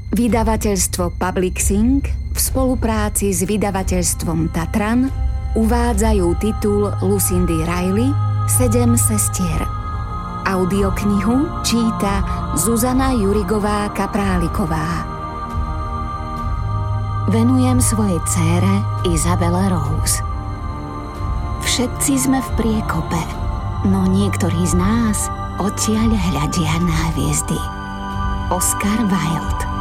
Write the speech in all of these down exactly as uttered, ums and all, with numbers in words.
Vydavateľstvo Publixing v spolupráci s vydavateľstvom Tatran uvádzajú titul Lucindy Riley Sedem sestier. Audioknihu číta Zuzana Jurigová Kapráliková. Venujem svojej dcére Isabelle Rose. Všetci sme v priekope, no niektorí z nás odtiaľ hľadia na hviezdy. Oscar Wilde.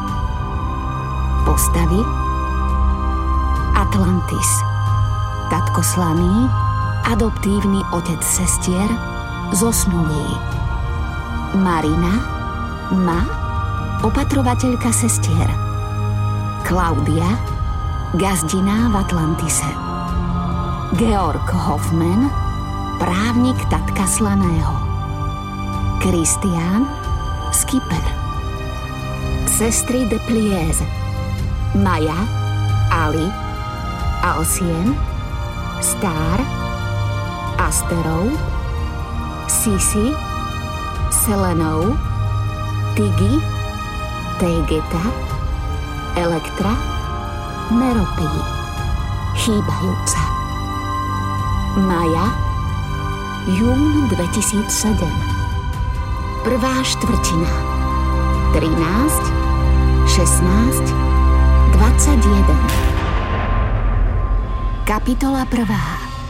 Postavy: Atlantis, tatko Slaný, adoptívny otec sestier, zosnulý. Marina, ma, opatrovateľka sestier. Klaudia, gazdina v Atlantise. Georg Hoffman, právnik tatka Slaného. Christian, skipper. Sestry de Plieze: Maja, Ali, Alcien, Star, Asterou, Sisi, Selenou, Tiggy, Tegeta, Elektra, Meropii. Chýbajúca. Maja, jún dvetisícsedem. Prvá štvrtina. trinásť, šestnásť, dvadsaťjeden. Kapitola prvá.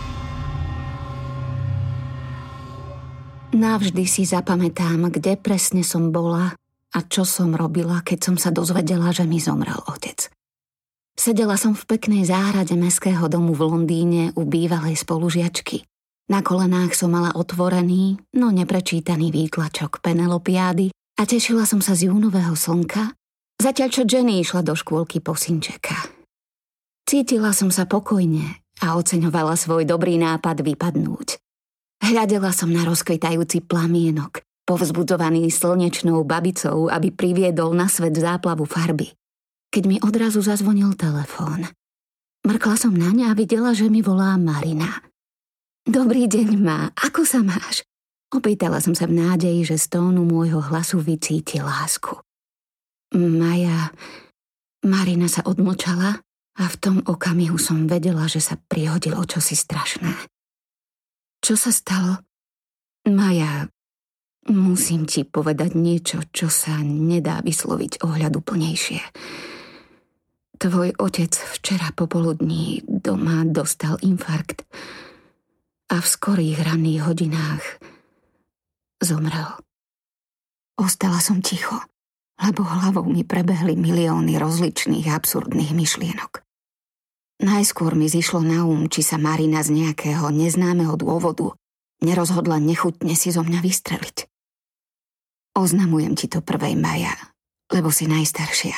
Navždy si zapamätám, kde presne som bola a čo som robila, keď som sa dozvedela, že mi zomrel otec. Sedela som v peknej záhrade mestského domu v Londýne u bývalej spolužiačky. Na kolenách som mala otvorený, no neprečítaný výtlačok Penelopiády a tešila som sa z júnového slnka, zatiaľ čo Jenny išla do škôlky po synčeka. Cítila som sa pokojne a oceňovala svoj dobrý nápad vypadnúť. Hľadela som na rozkvitajúci plamienok, povzbudzovaný slnečnou babicou, aby priviedol na svet záplavu farby. Keď mi odrazu zazvonil telefón. Mrkla som naň a videla, že mi volá Marina. Dobrý deň, ma, ako sa máš? Opýtala som sa v nádeji, že z tónu môjho hlasu vycíti lásku. Maja... Marina sa odmlčala a v tom okamihu som vedela, že sa prihodilo čosi strašné. Čo sa stalo? Maja, musím ti povedať niečo, čo sa nedá vysloviť ohľaduplnejšie. Tvoj otec včera popoludní doma dostal infarkt a v skorých ranných hodinách zomrel. Ostala som ticho, lebo hlavou mi prebehli milióny rozličných absurdných myšlienok. Najskôr mi zišlo na um, či sa Marina z nejakého neznámeho dôvodu nerozhodla nechutne si zo mňa vystreliť. Oznamujem ti to prvej Maja, lebo si najstaršia.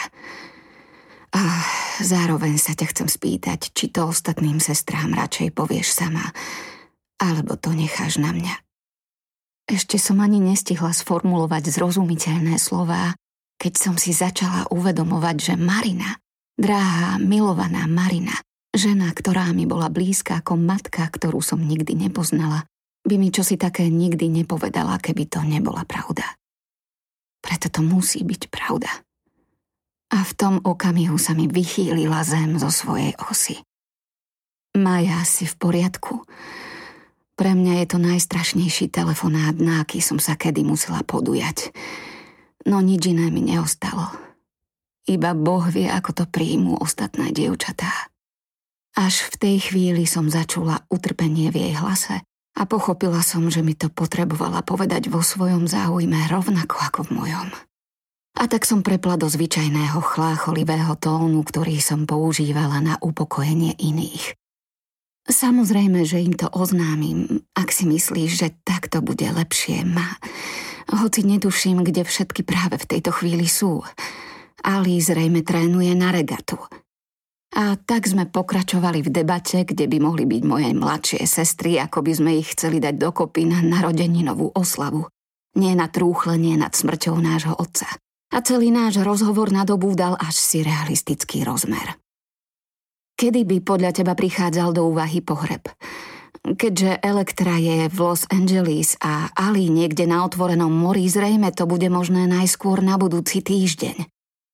A zároveň sa ťa chcem spýtať, či to ostatným sestrám radšej povieš sama, alebo to necháš na mňa. Ešte som ani nestihla sformulovať zrozumiteľné slová, keď som si začala uvedomovať, že Marina, drahá, milovaná Marina, žena, ktorá mi bola blízka ako matka, ktorú som nikdy nepoznala, by mi čosi také nikdy nepovedala, keby to nebola pravda. Preto to musí byť pravda. A v tom okamihu sa mi vychýlila zem zo svojej osy. Maja, si v poriadku? Pre mňa je to najstrašnejší telefonát, na aký som sa kedy musela podujať. No nič iné mi neostalo. Iba Boh vie, ako to príjmú ostatné dievčatá. Až v tej chvíli som začula utrpenie v jej hlase a pochopila som, že mi to potrebovala povedať vo svojom záujme rovnako ako v mojom. A tak som prepla do zvyčajného chlácholivého tónu, ktorý som používala na upokojenie iných. Samozrejme, že im to oznámim, ak si myslíš, že takto bude lepšie, ma. Hoci netuším, kde všetky práve v tejto chvíli sú. Ali zrejme trénuje na regatu. A tak sme pokračovali v debate, kde by mohli byť moje mladšie sestry, ako by sme ich chceli dať dokopy na narodeninovú oslavu. Nie na trúchlenie nad smrťou nášho otca. A celý náš rozhovor nadobúdal až surrealistický rozmer. Kedy by podľa teba prichádzal do úvahy pohreb? Keďže Elektra je v Los Angeles a Ali niekde na otvorenom mori, zrejme to bude možné najskôr na budúci týždeň.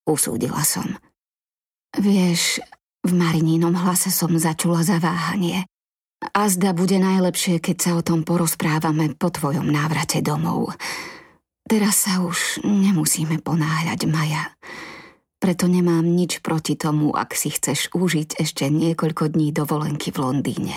usúdila som. Vieš, v Marinínom hlase som začula zaváhanie. Azda bude najlepšie, keď sa o tom porozprávame po tvojom návrate domov. Teraz sa už nemusíme ponáhľať, Maja. Preto nemám nič proti tomu, ak si chceš užiť ešte niekoľko dní dovolenky v Londýne.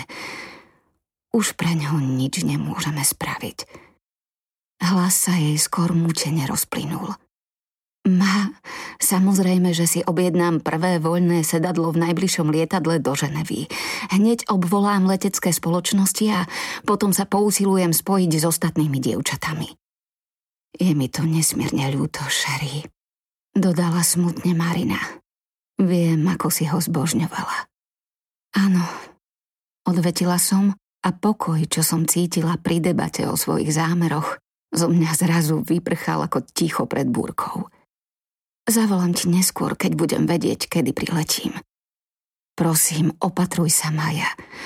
Už pre ňo nič nemôžeme spraviť. Hlas sa jej skôr múčene rozplynul. Ma, samozrejme, že si objednám prvé voľné sedadlo v najbližšom lietadle do Ženevy. Hneď obvolám letecké spoločnosti a potom sa pousilujem spojiť s ostatnými dievčatami. Je mi to nesmierne ľúto, Sherry, dodala smutne Marina. Viem, ako si ho zbožňovala. Áno, odvetila som a pokoj, čo som cítila pri debate o svojich zámeroch, zo mňa zrazu vyprchal ako ticho pred búrkou. Zavolám ti neskôr, keď budem vedieť, kedy priletím. Prosím, opatruj sa, Maja.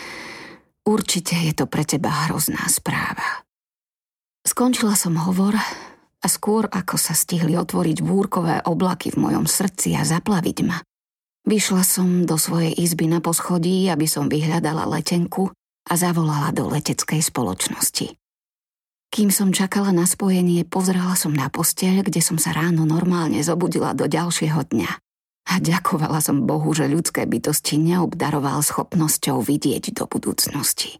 Určite je to pre teba hrozná správa. Skončila som hovor a skôr, ako sa stihli otvoriť búrkové oblaky v mojom srdci a zaplaviť ma, vyšla som do svojej izby na poschodí, aby som vyhľadala letenku a zavolala do leteckej spoločnosti. Kým som čakala na spojenie, pozerala som na posteľ, kde som sa ráno normálne zobudila do ďalšieho dňa. A ďakovala som Bohu, že ľudské bytosti neobdaroval schopnosťou vidieť do budúcnosti.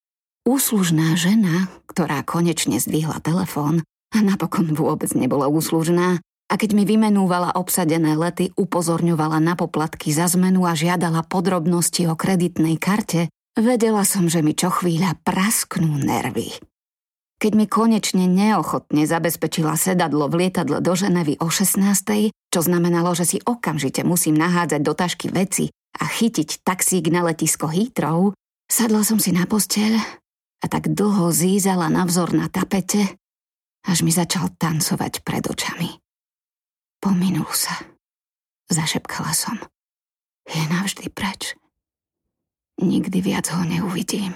Úslužná žena, ktorá konečne zdvihla telefón a napokon vôbec nebola úslužná, a keď mi vymenúvala obsadené lety, upozorňovala na poplatky za zmenu a žiadala podrobnosti o kreditnej karte, vedela som, že mi čo chvíľa prasknú nervy. Keď mi konečne neochotne zabezpečila sedadlo v lietadle do Ženevy o šestnástej, čo znamenalo, že si okamžite musím nahádzať do tašky veci a chytiť taxík na letisko Heathrow, sadla som si na posteľ a tak dlho zízala navzor na tapete, až mi začal tancovať pred očami. Pominul sa. Zašepkala som. Je navždy preč. Nikdy viac ho neuvidím.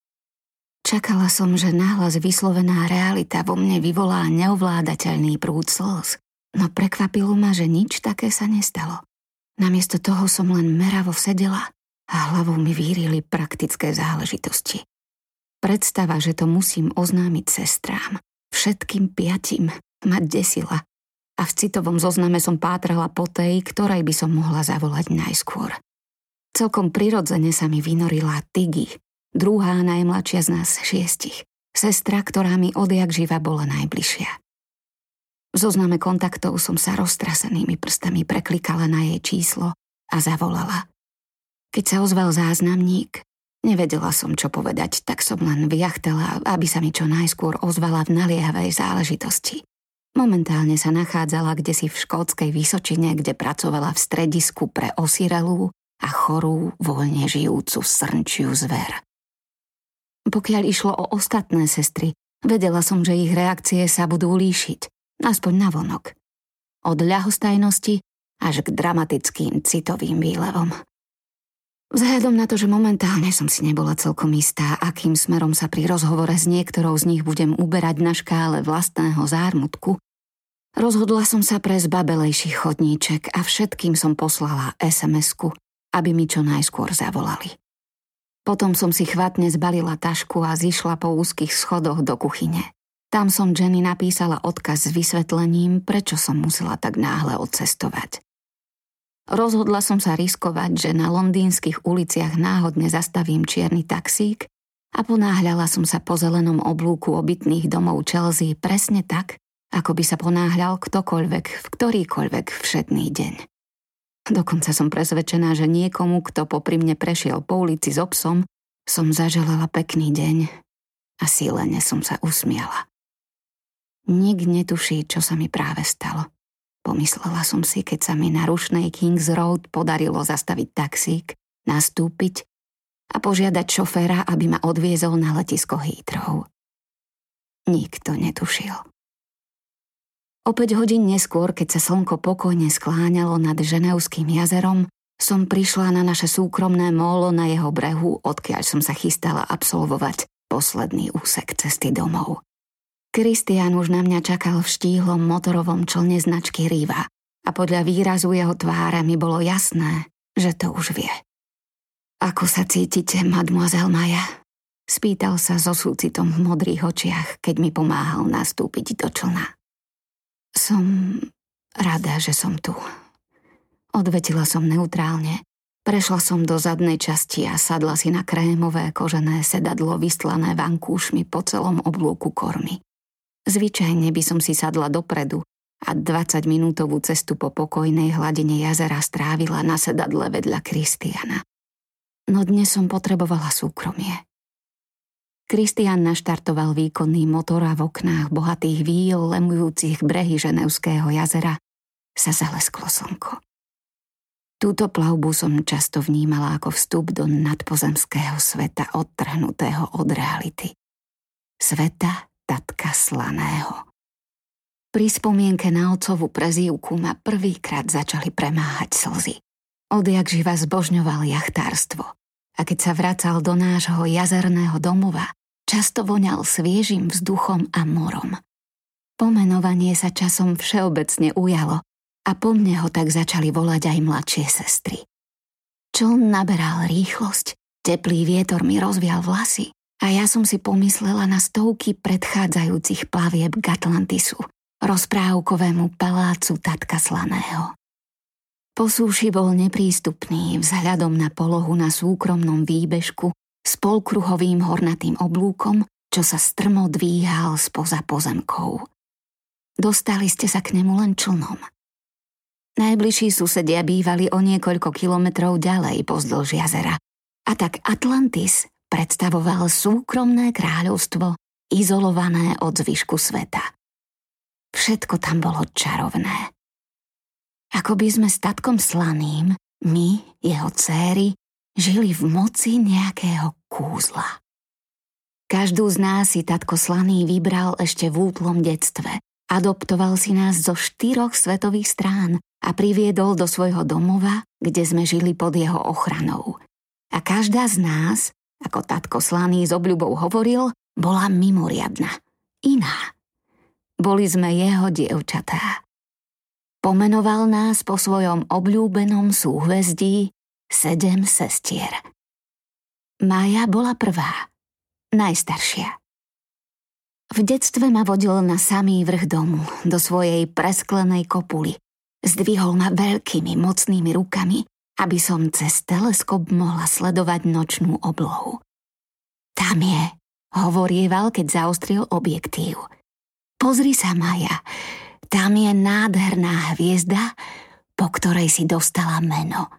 Čakala som, že náhlas vyslovená realita vo mne vyvolá neovládateľný prúd slz, no prekvapilo ma, že nič také sa nestalo. Namiesto toho som len meravo sedela a hlavou mi vírili praktické záležitosti. Predstava, že to musím oznámiť sestrám, všetkým piatim, ma desila a v citovom zozname som pátrala po tej, ktorej by som mohla zavolať najskôr. Celkom prirodzene sa mi vynorila Tiggy, druhá najmladšia z nás šiestich, sestra, ktorá mi odjak živa bola najbližšia. V zozname kontaktov som sa roztrasenými prstami preklikala na jej číslo a zavolala. Keď sa ozval záznamník, nevedela som, čo povedať, tak som len vyjachtala, aby sa mi čo najskôr ozvala v naliehavej záležitosti. Momentálne sa nachádzala kdesi v škótskej Vysočine, kde pracovala v stredisku pre osirelú a chorú, voľne žijúcu srnčiu zver. Pokiaľ išlo o ostatné sestry, vedela som, že ich reakcie sa budú líšiť, aspoň navonok. Od ľahostajnosti až k dramatickým citovým výlevom. Vzhľadom na to, že momentálne som si nebola celkom istá, akým smerom sa pri rozhovore s niektorou z nich budem uberať na škále vlastného zármutku, rozhodla som sa pre zbabelejší chodníček a všetkým som poslala es em esku, aby mi čo najskôr zavolali. Potom som si chvatne zbalila tašku a zišla po úzkých schodoch do kuchyne. Tam som Jenny napísala odkaz s vysvetlením, prečo som musela tak náhle odcestovať. Rozhodla som sa riskovať, že na londýnskych uliciach náhodne zastavím čierny taxík a ponáhľala som sa po zelenom oblúku obytných domov Chelsea presne tak, ako by sa ponáhľal ktokoľvek v ktorýkoľvek všedný deň. Dokonca som presvedčená, že niekomu, kto popri mne prešiel po ulici s obsom, som zaželala pekný deň a sílene som sa usmiala. Nik netuší, čo sa mi práve stalo. Pomyslela som si, keď sa mi na rušnej Kings Road podarilo zastaviť taxík, nastúpiť a požiadať šoféra, aby ma odviezol na letisko Heathrow. Nikto netušil. O päť hodín neskôr, keď sa slnko pokojne skláňalo nad Ženevským jazerom, som prišla na naše súkromné mólo na jeho brehu, odkiaľ som sa chystala absolvovať posledný úsek cesty domov. Kristián už na mňa čakal v štíhlom motorovom člne značky Riva a podľa výrazu jeho tváre mi bolo jasné, že to už vie. Ako sa cítite, mademoiselle Maya? Spýtal sa so súcitom v modrých očiach, keď mi pomáhal nastúpiť do člna. Som rada, že som tu. Odvetila som neutrálne. Prešla som do zadnej časti a sadla si na krémové kožené sedadlo vystlané vankúšmi po celom oblúku kormy. Zvyčajne by som si sadla dopredu a dvadsaťminútovú cestu po pokojnej hladine jazera strávila na sedadle vedľa Kristiana. No dnes som potrebovala súkromie. Kristian naštartoval výkonný motor a v oknách bohatých víl lemujúcich brehy Ženevského jazera sa zalesklo slnko. Túto plavbu som často vnímala ako vstup do nadpozemského sveta odtrhnutého od reality. Sveta tatka Slaného. Pri spomienke na otcovú prezývku ma prvýkrát začali premáhať slzy. Odjak živa zbožňoval jachtárstvo a keď sa vracal do nášho jazerného domova, často voňal sviežým vzduchom a morom. Pomenovanie sa časom všeobecne ujalo a po mne ho tak začali volať aj mladšie sestry. Čln naberal rýchlosť, teplý vietor mi rozvial vlasy a ja som si pomyslela na stovky predchádzajúcich plavieb k Atlantisu, rozprávkovému palácu tatka Slaného. Po súši bol neprístupný vzhľadom na polohu na súkromnom výbežku s polkruhovým hornatým oblúkom, čo sa strmo dvíhal spoza pozemkov. Dostali ste sa k nemu len člnom. Najbližší susedia bývali o niekoľko kilometrov ďalej pozdĺž jazera a tak Atlantis predstavoval súkromné kráľovstvo izolované od zvyšku sveta. Všetko tam bolo čarovné. Ako by sme s tatkom Slaným, my, jeho dcéry, žili v moci nejakého kúzla. Každú z nás si tatko Slaný vybral ešte v útlom detstve. Adoptoval si nás zo štyroch svetových strán a priviedol do svojho domova, kde sme žili pod jeho ochranou. A každá z nás, ako tatko Slaný s obľubou hovoril, bola mimoriadna, iná. Boli sme jeho dievčatá. Pomenoval nás po svojom obľúbenom súhvezdí sedem sestier. Mája bola prvá, najstaršia. V detstve ma vodil na samý vrch domu, do svojej presklenej kopuly. Zdvihol ma veľkými, mocnými rukami, aby som cez teleskop mohla sledovať nočnú oblohu. Tam je, hovorieval, keď zaostril objektív. Pozri sa, Maja, tam je nádherná hviezda, po ktorej si dostala meno.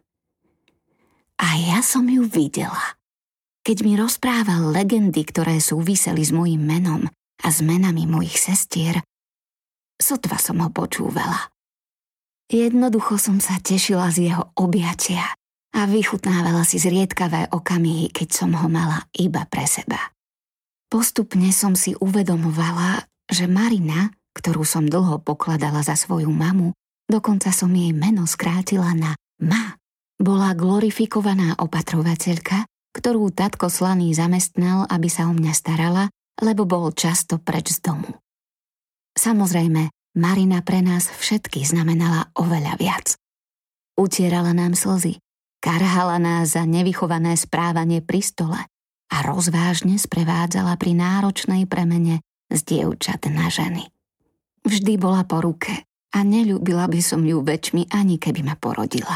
A ja som ju videla. Keď mi rozprával legendy, ktoré súviseli s mojím menom a s menami mojich sestier, sotva som ho počúvala. Jednoducho som sa tešila z jeho objatia a vychutnávala si zriedkavé okamihy, keď som ho mala iba pre seba. Postupne som si uvedomovala, že Marina, ktorú som dlho pokladala za svoju mamu, dokonca som jej meno skrátila na Ma, bola glorifikovaná opatrovateľka, ktorú tatko Slaný zamestnal, aby sa o mňa starala, lebo bol často preč z domu. Samozrejme, Marina pre nás všetky znamenala oveľa viac. Utierala nám slzy, karhala nás za nevychované správanie pri stole a rozvážne sprevádzala pri náročnej premene z dievčat na ženy. Vždy bola po ruke a neľúbila by som ju väčšmi, ani keby ma porodila.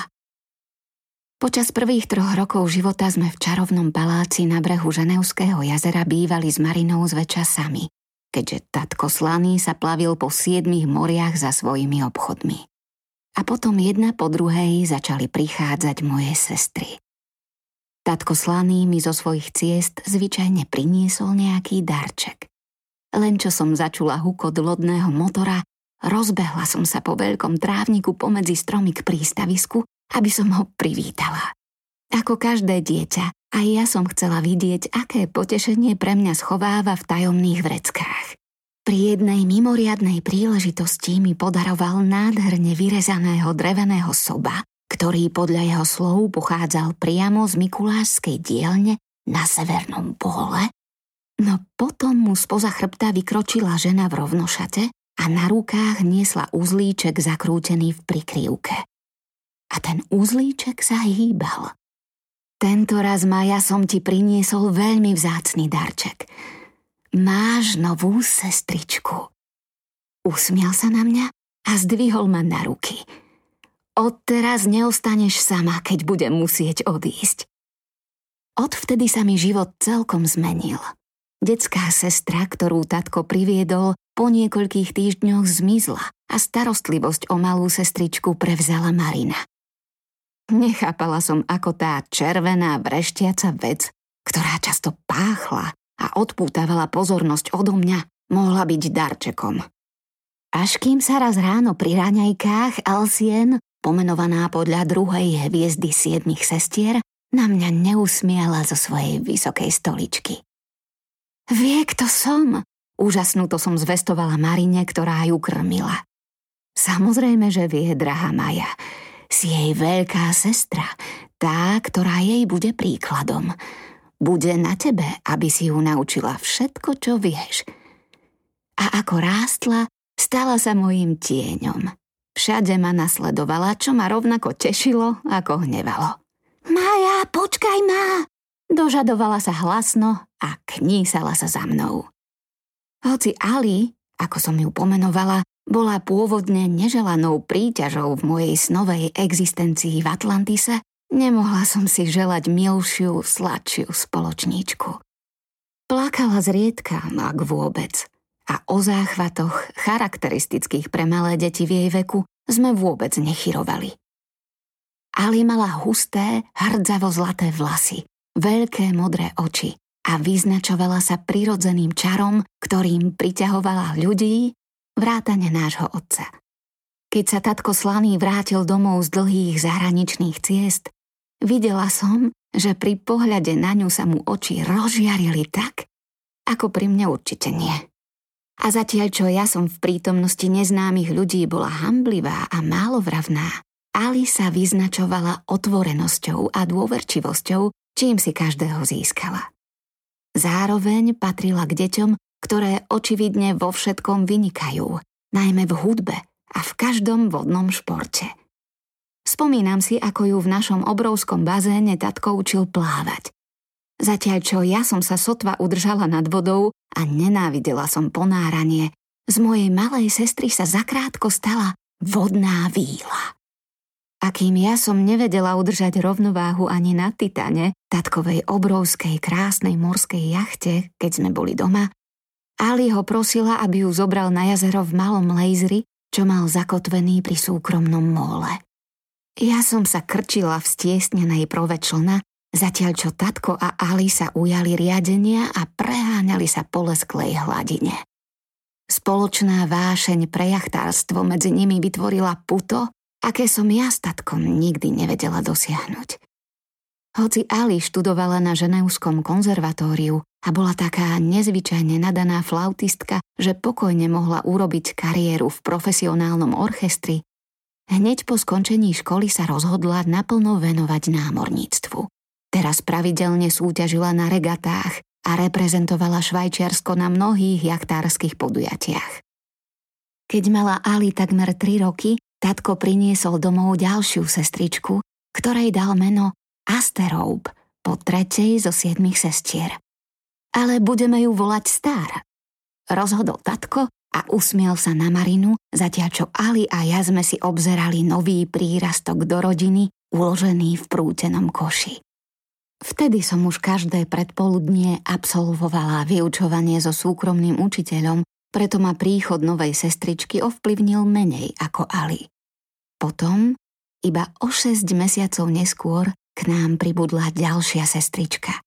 Počas prvých troch rokov života sme v čarovnom paláci na brehu Ženevského jazera bývali s Marinou zväčša sami, keďže tatko Slaný sa plavil po siedmich moriach za svojimi obchodmi. A potom jedna po druhej začali prichádzať moje sestry. Tatko Slaný mi zo svojich ciest zvyčajne priniesol nejaký darček. Len čo som začula hukot lodného motora, rozbehla som sa po veľkom trávniku pomedzi stromy k prístavisku, aby som ho privítala. Ako každé dieťa, aj ja som chcela vidieť, aké potešenie pre mňa schováva v tajomných vreckách. Pri jednej mimoriadnej príležitosti mi podaroval nádherne vyrezaného dreveného soba, ktorý podľa jeho slov pochádzal priamo z mikulášskej dielne na severnom póle, no potom mu spoza chrbta vykročila žena v rovnošate a na rukách niesla uzlíček zakrútený v prikryvke. A ten uzlíček sa hýbal. Tento raz, Maja, som ti priniesol veľmi vzácny darček. Máš novú sestričku. Usmial sa na mňa a zdvihol ma na ruky. Odteraz neostaneš sama, keď budem musieť odísť. Odvtedy sa mi život celkom zmenil. Detská sestra, ktorú tatko priviedol, po niekoľkých týždňoch zmizla a starostlivosť o malú sestričku prevzala Marina. Nechápala som, ako tá červená vreštiaca vec, ktorá často páchla a odpútavala pozornosť odo mňa, mohla byť darčekom. Až kým sa raz ráno pri raňajkách Alcien, pomenovaná podľa druhej hviezdy siedmich sestier, na mňa neusmiala zo svojej vysokej stoličky. Vie, kto som? Úžasnuto som zvestovala Marine, ktorá ju krmila. Samozrejme, že vie, drahá Maja. Si jej veľká sestra, tá, ktorá jej bude príkladom. Bude na tebe, aby si ju naučila všetko, čo vieš. A ako rástla, stala sa mojím tieňom. Všade ma nasledovala, čo ma rovnako tešilo, ako hnevalo. Maja, počkaj ma! Dožadovala sa hlasno a knísala sa za mnou. Hoci Ali, ako som ju pomenovala, bola pôvodne neželanou príťažou v mojej snovej existencii v Atlantise, nemohla som si želať milšiu, sladšiu spoločníčku. Plakala zriedka, ak vôbec, a o záchvatoch charakteristických pre malé deti v jej veku sme vôbec nechyrovali. Ali mala husté, hrdzavo zlaté vlasy, veľké modré oči a vyznačovala sa prirodzeným čarom, ktorým priťahovala ľudí, vrátane nášho otca. Keď sa tatko Slaný vrátil domov z dlhých zahraničných ciest, videla som, že pri pohľade na ňu sa mu oči rozžiarili tak, ako pri mne určite nie. A zatiaľ, čo ja som v prítomnosti neznámych ľudí bola hanblivá a málovravná, Ali sa vyznačovala otvorenosťou a dôverčivosťou, čím si každého získala. Zároveň patrila k deťom, ktoré očividne vo všetkom vynikajú, najmä v hudbe a v každom vodnom športe. Spomínam si, ako ju v našom obrovskom bazéne tatko učil plávať. Zatiaľ, čo ja som sa sotva udržala nad vodou a nenávidela som ponáranie, z mojej malej sestry sa zakrátko stala vodná víla. A kým ja som nevedela udržať rovnováhu ani na Titane, tatkovej obrovskej krásnej morskej jachte, keď sme boli doma, Ali ho prosila, aby ju zobral na jazero v malom lejzri, čo mal zakotvený pri súkromnom móle. Ja som sa krčila v stiesnenej prove člna, zatiaľ čo tatko a Ali sa ujali riadenia a preháňali sa po lesklej hladine. Spoločná vášeň pre jachtárstvo medzi nimi vytvorila puto, aké som ja s tatkom nikdy nevedela dosiahnuť. Hoci Ali študovala na Ženevskom konzervatóriu a bola taká nezvyčajne nadaná flautistka, že pokojne mohla urobiť kariéru v profesionálnom orchestri, hneď po skončení školy sa rozhodla naplno venovať námorníctvu. Teraz pravidelne súťažila na regatách a reprezentovala Švajčiarsko na mnohých jachtárskych podujatiach. Keď mala Ali takmer tri roky, tatko priniesol domov ďalšiu sestričku, ktorej dal meno Asterope po tretej zo siedmich sestier. Ale budeme ju volať Star. Rozhodol tatko a usmiel sa na Marinu, zatiaľ čo Ali a ja sme si obzerali nový prírastok do rodiny, uložený v prútenom koši. Vtedy som už každé predpoludnie absolvovala vyučovanie so súkromným učiteľom, preto ma príchod novej sestričky ovplyvnil menej ako Ali. Potom, iba o šesť mesiacov neskôr, k nám pribudla ďalšia sestrička.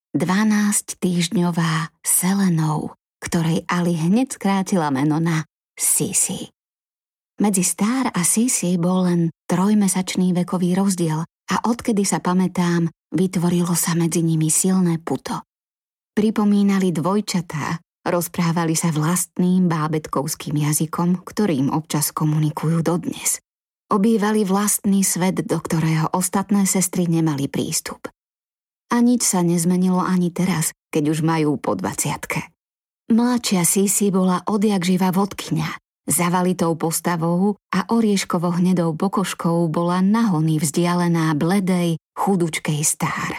dvanásťtýždňová Selenou, ktorej Ali hneď skrátila meno na Sisi. Medzi Star a Sisi bol len trojmesačný vekový rozdiel a odkedy sa pamätám, vytvorilo sa medzi nimi silné puto. Pripomínali dvojčatá, rozprávali sa vlastným bábätkovským jazykom, ktorým občas komunikujú dodnes. Obývali vlastný svet, do ktorého ostatné sestry nemali prístup. A nič sa nezmenilo ani teraz, keď už majú po dvaciatke. Mladšia Sisi bola odjak živa vodkyňa, zavalitou postavou a orieškovo-hnedou bokoškou bola nahony vzdialená bledej, chudučkej stár.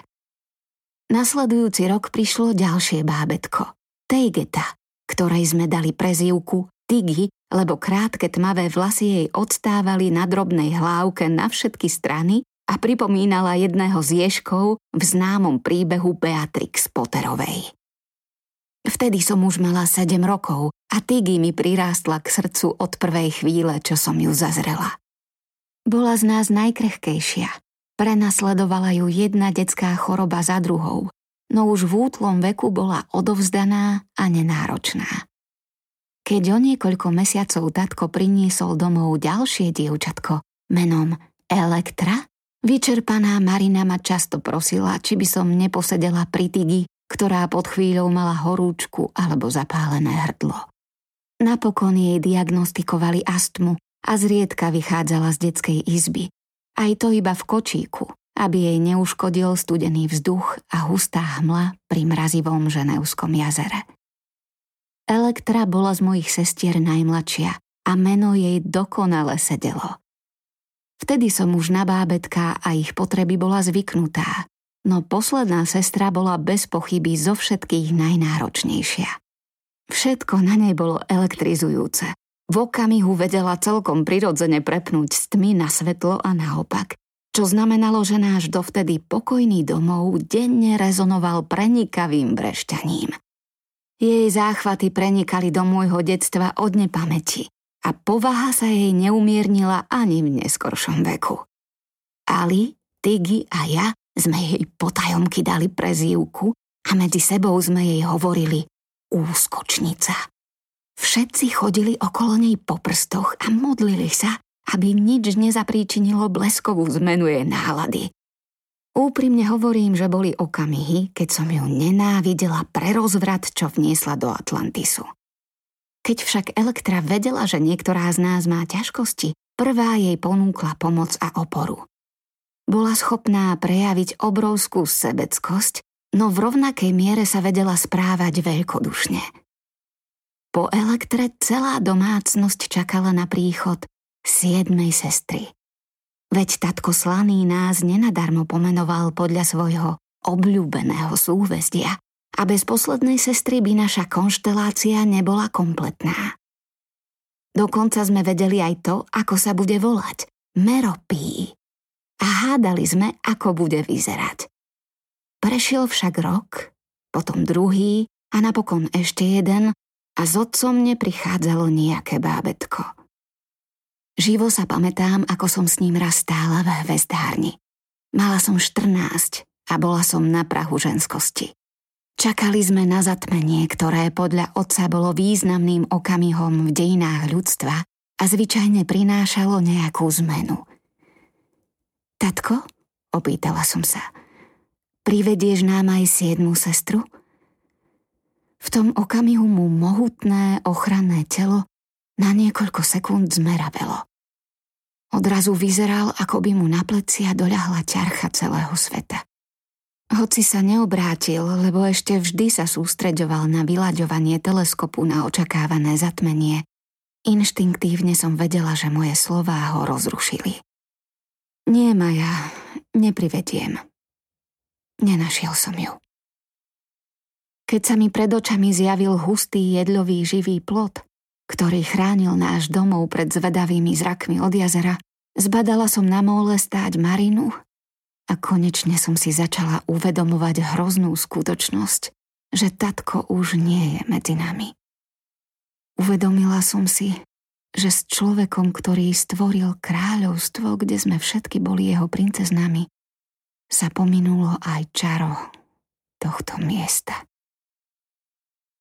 Nasledujúci rok prišlo ďalšie bábätko, Tejgeta, ktorej sme dali prezývku Tiggy, lebo krátke tmavé vlasy jej odstávali na drobnej hlávke na všetky strany a pripomínala jedného z ježkov v známom príbehu Beatrix Potterovej. Vtedy som už mala sedem rokov a Tiggy mi prirástla k srdcu od prvej chvíle, čo som ju zazrela. Bola z nás najkrehkejšia. Prenasledovala ju jedna detská choroba za druhou, no už v útlom veku bola odovzdaná a nenáročná. Keď o niekoľko mesiacov tatko priniesol domov ďalšie dievčatko menom Elektra, vyčerpaná Marina ma často prosila, či by som neposedela pri Tiggy, ktorá pod chvíľou mala horúčku alebo zapálené hrdlo. Napokon jej diagnostikovali astmu a zriedka vychádzala z detskej izby. Aj to iba v kočíku, aby jej neuškodil studený vzduch a hustá hmla pri mrazivom Ženevskom jazere. Elektra bola z mojich sestier najmladšia a meno jej dokonale sedelo. Vtedy som už na bábätká a ich potreby bola zvyknutá, no posledná sestra bola bez pochyby zo všetkých najnáročnejšia. Všetko na nej bolo elektrizujúce. V okamihu vedela celkom prirodzene prepnúť z tmy na svetlo a naopak, čo znamenalo, že náš dovtedy pokojný domov denne rezonoval prenikavým brešťaním. Jej záchvaty prenikali do môjho detstva od nepamäti a povaha sa jej neumiernila ani v neskoršom veku. Ali, Tiggy a ja sme jej potajomky dali prezývku a medzi sebou sme jej hovorili úskočnica. Všetci chodili okolo nej po prstoch a modlili sa, aby nič nezapríčinilo bleskovú zmenu jej nálady. Úprimne hovorím, že boli okamihy, keď som ju nenávidela pre rozvrat, čo vniesla do Atlantisu. Keď však Elektra vedela, že niektorá z nás má ťažkosti, prvá jej ponúkla pomoc a oporu. Bola schopná prejaviť obrovskú sebeckosť, no v rovnakej miere sa vedela správať veľkodušne. Po Elektre celá domácnosť čakala na príchod siedmej sestry. Veď tatko Slaný nás nenadarmo pomenoval podľa svojho obľúbeného súhvezdia a bez poslednej sestry by naša konštelácia nebola kompletná. Dokonca sme vedeli aj to, ako sa bude volať – Meropí. A hádali sme, ako bude vyzerať. Prešiel však rok, potom druhý a napokon ešte jeden a s otcom neprichádzalo nejaké bábätko. Živo sa pamätám, ako som s ním raz stála v hvezdárni. Mala som štrnásť a bola som na prahu ženskosti. Čakali sme na zatmenie, ktoré podľa otca bolo významným okamihom v dejinách ľudstva a zvyčajne prinášalo nejakú zmenu. Tatko, opýtala som sa, privedieš nám aj siedmu sestru? V tom okamihu mu mohutné, ochranné telo na niekoľko sekúnd zmeravelo. Odrazu vyzeral, ako by mu na plecia doľahla ťarcha celého sveta. Hoci sa neobrátil, lebo ešte vždy sa sústreďoval na vyľaďovanie teleskopu na očakávané zatmenie, inštinktívne som vedela, že moje slová ho rozrušili. Nie, Maja, neprivediem. Nenašiel som ju. Keď sa mi pred očami zjavil hustý jedľový živý plot, ktorý chránil náš domov pred zvedavými zrakmi od jazera, zbadala som na móle stáť Marinu a konečne som si začala uvedomovať hroznú skutočnosť, že tatko už nie je medzi nami. Uvedomila som si, že s človekom, ktorý stvoril kráľovstvo, kde sme všetky boli jeho princeznami, sa pominulo aj čaro tohto miesta.